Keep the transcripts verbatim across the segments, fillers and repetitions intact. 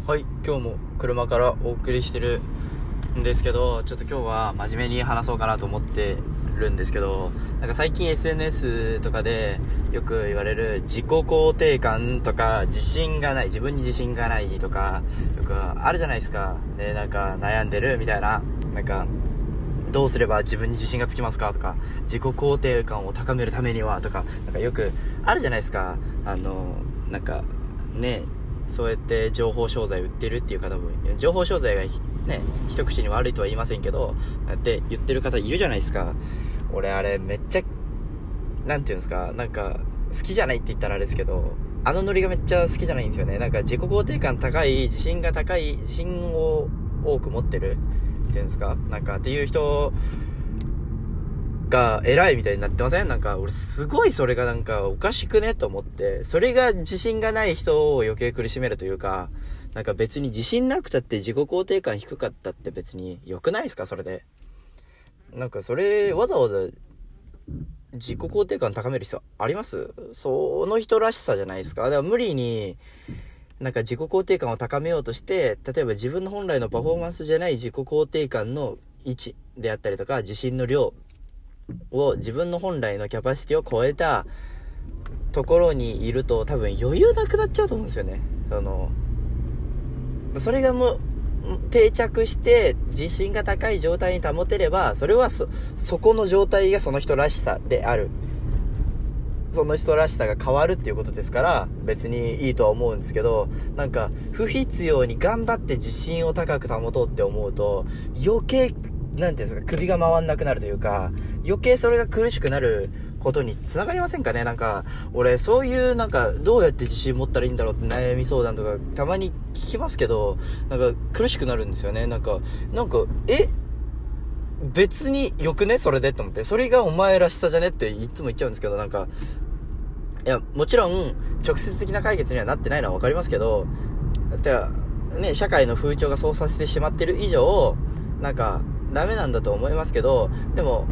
はい、今日も車からお送りしてるんですけど、ちょっと今日は真面目に話そうかなと思ってるんですけど、なんか最近 エスエヌエス とかでよく言われる自己肯定感とか自信がない、自分に自信がないとかよくあるじゃないですか。で、なんか悩んでるみたいな、なんかどうすれば自分に自信がつきますかとか、自己肯定感を高めるためにはとか、なんかよくあるじゃないですか。あのなんかね、そうやって情報商材売ってるっていう方も、情報商材がね、一口に悪いとは言いませんけど、って言ってる方いるじゃないですか。俺あれめっちゃ、なんていうんですか、なんか好きじゃないって言ったらあれですけど、あのノリがめっちゃ好きじゃないんですよね。なんか自己肯定感高い、自信が高い、自信を多く持ってるっていうんですか、なんかっていう人が偉いみたいになってません？なんか俺すごいそれがなんかおかしくねと思って、それが自信がない人を余計苦しめるというか、なんか別に自信なくたって自己肯定感低かったって別に良くないですか？それでなんかそれわざわざ自己肯定感高める必要あります？その人らしさじゃないですか。だから無理になんか自己肯定感を高めようとして、例えば自分の本来のパフォーマンスじゃない自己肯定感の位置であったりとか、自信の量を自分の本来のキャパシティを超えたところにいると、多分余裕なくなっちゃうと思うんですよね。そのそれがもう定着して自信が高い状態に保てれば、それは そ, そこの状態がその人らしさである、その人らしさが変わるっていうことですから、別にいいとは思うんですけど、なんか不必要に頑張って自信を高く保とうって思うと、余計なんていうんですか、首が回んなくなるというか、余計それが苦しくなることにつながりませんかね。なんか俺そういうなんかどうやって自信持ったらいいんだろうって悩み相談とかたまに聞きますけど、なんか苦しくなるんですよね。なんかなんかえ別によくねそれでと思って、それがお前らしさじゃねっていつも言っちゃうんですけど、なんかいやもちろん直接的な解決にはなってないのは分かりますけど、だってね、社会の風潮がそうさせてしまってる以上なんかダメなんだと思いますけど、でも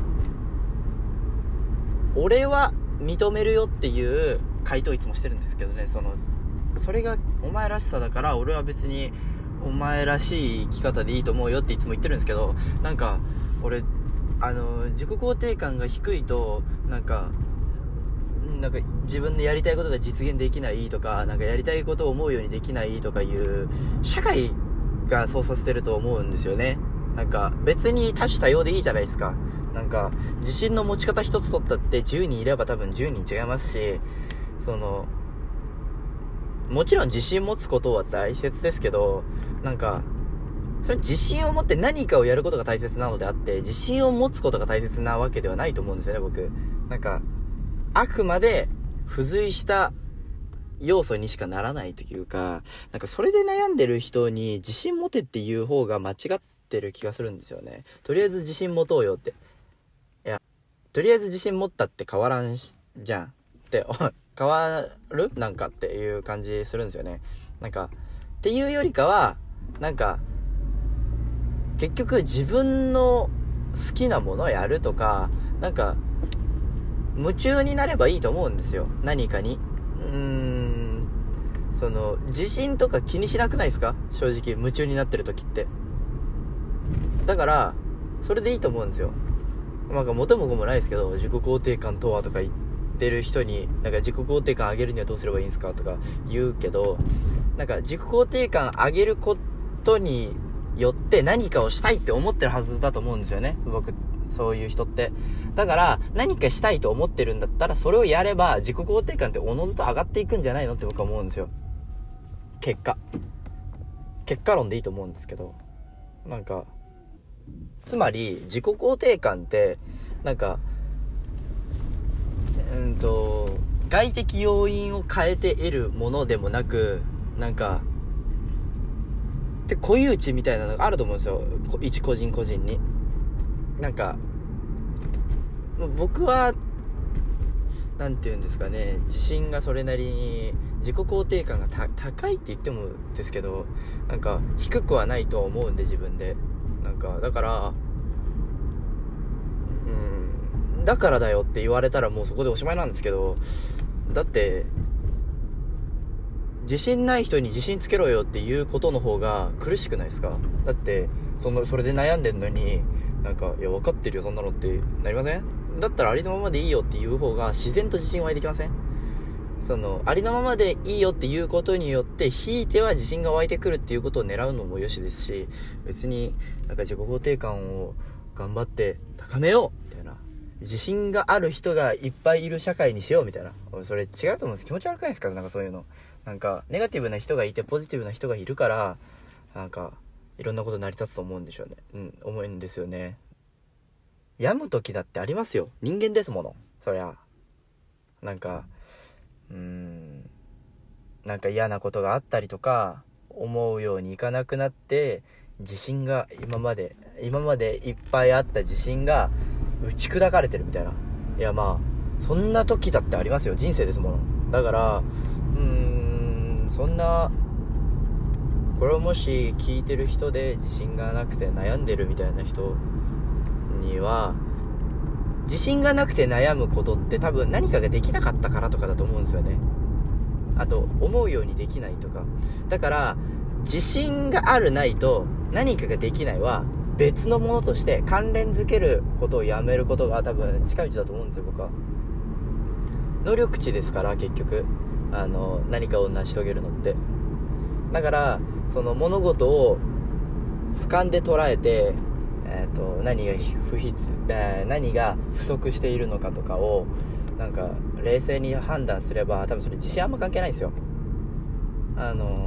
俺は認めるよっていう回答いつもしてるんですけどね。そのそれがお前らしさだから、俺は別にお前らしい生き方でいいと思うよっていつも言ってるんですけど、なんか俺あの自己肯定感が低いとなんかなんか自分でやりたいことが実現できないとか、なんかやりたいことを思うようにできないとかいう社会がそうさせてると思うんですよね。なんか別に多種多様でいいじゃないですか。なんか自信の持ち方一つ取ったってじゅうにんいれば多分じゅうにん違いますし、そのもちろん自信持つことは大切ですけど、なんかそれ自信を持って何かをやることが大切なのであって、自信を持つことが大切なわけではないと思うんですよね、僕。なんかあくまで付随した要素にしかならないというか、なんかそれで悩んでる人に自信持てっていう方が間違ってる気がするんですよね。とりあえず自信持とうよって、いやとりあえず自信持ったって変わらんじゃんって変わるなんかっていう感じするんですよね。なんかっていうよりかは、なんか結局自分の好きなものをやるとか、なんか夢中になればいいと思うんですよ、何かに。うーんその自信とか気にしなくないですか？正直夢中になってる時って。だからそれでいいと思うんですよ。なんか元も子もないですけど、自己肯定感とはとか言ってる人に、なんか自己肯定感上げるにはどうすればいいんですかとか言うけど、なんか自己肯定感上げることによって何かをしたいって思ってるはずだと思うんですよね、僕。そういう人ってだから何かしたいと思ってるんだったら、それをやれば自己肯定感っておのずと上がっていくんじゃないのって僕は思うんですよ。結果結果論でいいと思うんですけど、なんかつまり自己肯定感ってなんかうんと外的要因を変えて得るものでもなく、なんかで固有値みたいなのがあると思うんですよ、一個人個人に。なんか僕はなんていうんですかね、自信がそれなりに自己肯定感が高いって言ってもですけど、なんか低くはないと思うんで自分で。なんかだからうんだからだよって言われたらもうそこでおしまいなんですけど、だって自信ない人に自信つけろよっていうことの方が苦しくないですか？だってそのそれで悩んでんのになんかいや分かってるよそんなのってなりません？だったらありのままでいいよっていう方が自然と自信湧いてきません？そのありのままでいいよっていうことによってひいては自信が湧いてくるっていうことを狙うのもよしですし、別になんか自己肯定感を頑張って高めようみたいな、自信がある人がいっぱいいる社会にしようみたいな、それ違うと思うんです。気持ち悪くないですか？なんかそういうの、なんかネガティブな人がいてポジティブな人がいるからなんかいろんなこと成り立つと思うんでしょうね。うん思うんですよね。病む時だってありますよ。人間ですもの。そりゃなんかうーんなんか嫌なことがあったりとか思うようにいかなくなって自信が今まで今までいっぱいあった自信が打ち砕かれてるみたいな。いやまあそんな時だってありますよ。人生ですもの。だからうーんそんなこれをもし聞いてる人で自信がなくて悩んでるみたいな人には、自信がなくて悩むことって多分何かができなかったからとかだと思うんですよね。あと思うようにできないとか。だから自信があるないと何かができないは別のものとして関連づけることをやめることが多分近道だと思うんですよ。僕は能力値ですから結局あの何かを成し遂げるのって。だからその物事を俯瞰で捉えて、えー、と何が不必、えー、何が不足しているのかとかをなんか冷静に判断すれば多分それ自信あんま関係ないんですよ。あの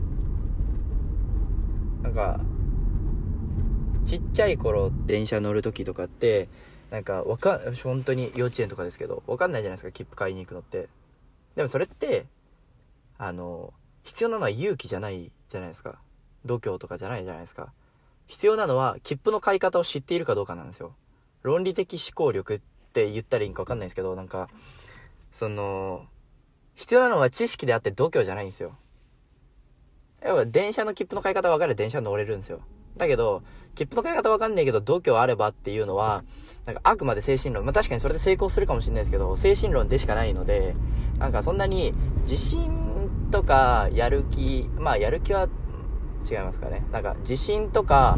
なんかちっちゃい頃電車乗る時とかってなんかわか本当に幼稚園とかですけどわかんないじゃないですか、切符買いに行くのって。でもそれってあの必要なのは勇気じゃないじゃないですか。度胸とかじゃないじゃないですか。必要なのは切符の買い方を知っているかどうかなんですよ。論理的思考力って言ったらいいか分かんないですけど、なんかその必要なのは知識であって度胸じゃないんですよ。要は電車の切符の買い方分かれば電車乗れるんですよ。だけど切符の買い方分かんないけど度胸あればっていうのはなんかあくまで精神論、まあ確かにそれで成功するかもしれないですけど精神論でしかないので、なんかそんなに自信とかやる気、まあやる気は違いますかね。なんか自信とか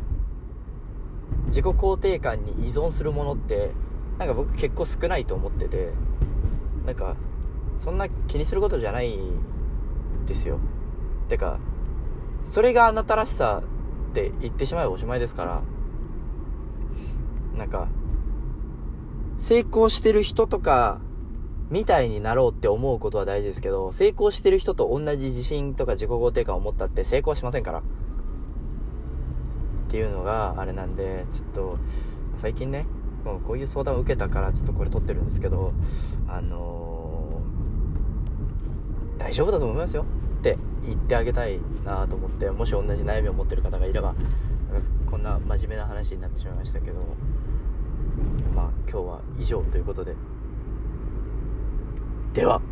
自己肯定感に依存するものってなんか僕結構少ないと思ってて、なんかそんな気にすることじゃないんですよ。てかそれがあなたらしさって言ってしまえばおしまいですから。なんか成功してる人とかみたいになろうって思うことは大事ですけど、成功してる人と同じ自信とか自己肯定感を持ったって成功しませんからっていうのがあれなんで、ちょっと最近ねもうこういう相談を受けたからちょっとこれ撮ってるんですけど、あのー、大丈夫だと思いますよって言ってあげたいなと思って、もし同じ悩みを持ってる方がいれば、こんな真面目な話になってしまいましたけど、まあ今日は以上ということで、では。